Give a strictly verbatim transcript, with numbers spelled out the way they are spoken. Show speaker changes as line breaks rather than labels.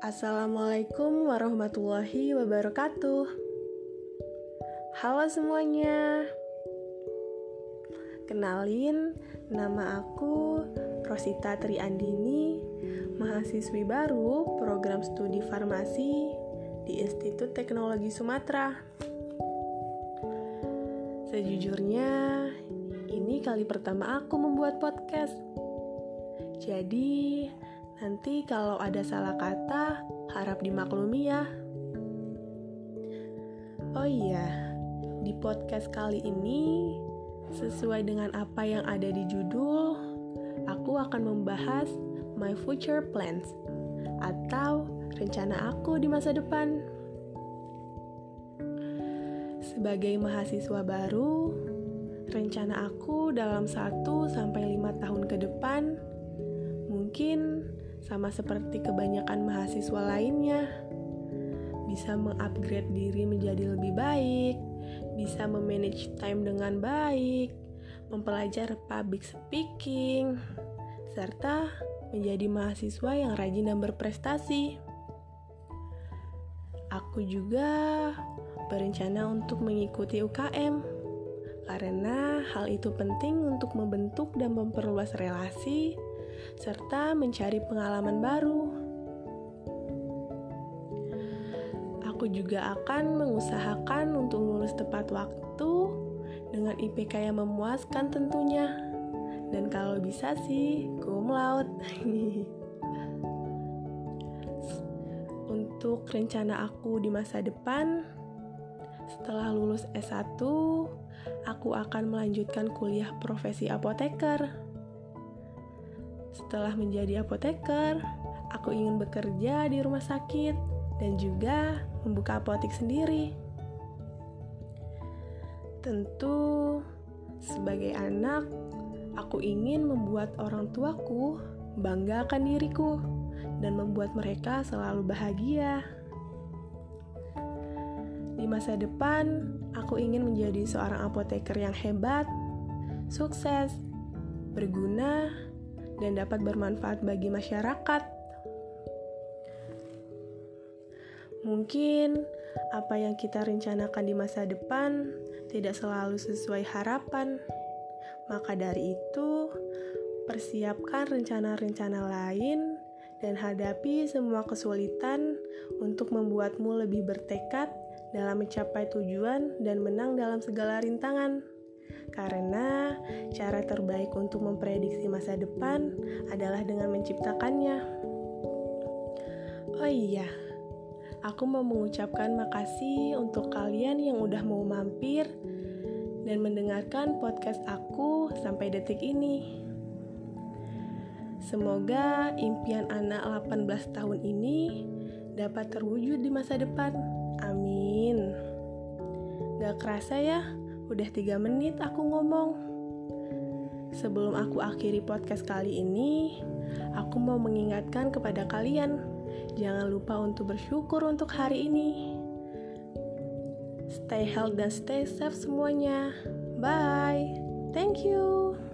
Assalamualaikum warahmatullahi wabarakatuh. Halo semuanya. Kenalin, nama aku Rosita Triandini, mahasiswi baru program studi farmasi di Institut Teknologi Sumatera. Sejujurnya, ini kali pertama aku membuat podcast. Jadi, nanti kalau ada salah kata, harap dimaklumi ya. Oh iya, di podcast kali ini, sesuai dengan apa yang ada di judul, aku akan membahas my future plans, atau rencana aku di masa depan. Sebagai mahasiswa baru, rencana aku dalam satu sampai lima tahun ke depan, mungkin sama seperti kebanyakan mahasiswa lainnya, bisa mengupgrade diri menjadi lebih baik, bisa memanage time dengan baik, mempelajari public speaking, serta menjadi mahasiswa yang rajin dan berprestasi. Aku juga berencana untuk mengikuti U K M, karena hal itu penting untuk membentuk dan memperluas relasi, serta mencari pengalaman baru. Aku juga akan mengusahakan untuk lulus tepat waktu dengan I P K yang memuaskan tentunya. Dan kalau bisa sih, cum laude. Untuk rencana aku di masa depan, setelah lulus S satu, aku akan melanjutkan kuliah profesi apoteker. Setelah menjadi apoteker, aku ingin bekerja di rumah sakit dan juga membuka apotek sendiri. Tentu, sebagai anak, aku ingin membuat orang tuaku bangga akan diriku dan membuat mereka selalu bahagia. Di masa depan, aku ingin menjadi seorang apoteker yang hebat, sukses, berguna, dan dapat bermanfaat bagi masyarakat. Mungkin apa yang kita rencanakan di masa depan tidak selalu sesuai harapan. Maka dari itu, persiapkan rencana-rencana lain dan hadapi semua kesulitan untuk membuatmu lebih bertekad dalam mencapai tujuan dan menang dalam segala rintangan. Karena cara terbaik untuk memprediksi masa depan adalah dengan menciptakannya. Oh iya, aku mau mengucapkan makasih untuk kalian yang udah mau mampir dan mendengarkan podcast aku sampai detik ini. Semoga impian anak delapan belas tahun ini dapat terwujud di masa depan. Amin. Gak kerasa ya, udah tiga menit aku ngomong. Sebelum aku akhiri podcast kali ini, aku mau mengingatkan kepada kalian, jangan lupa untuk bersyukur untuk hari ini. Stay healthy dan stay safe semuanya. Bye. Thank you.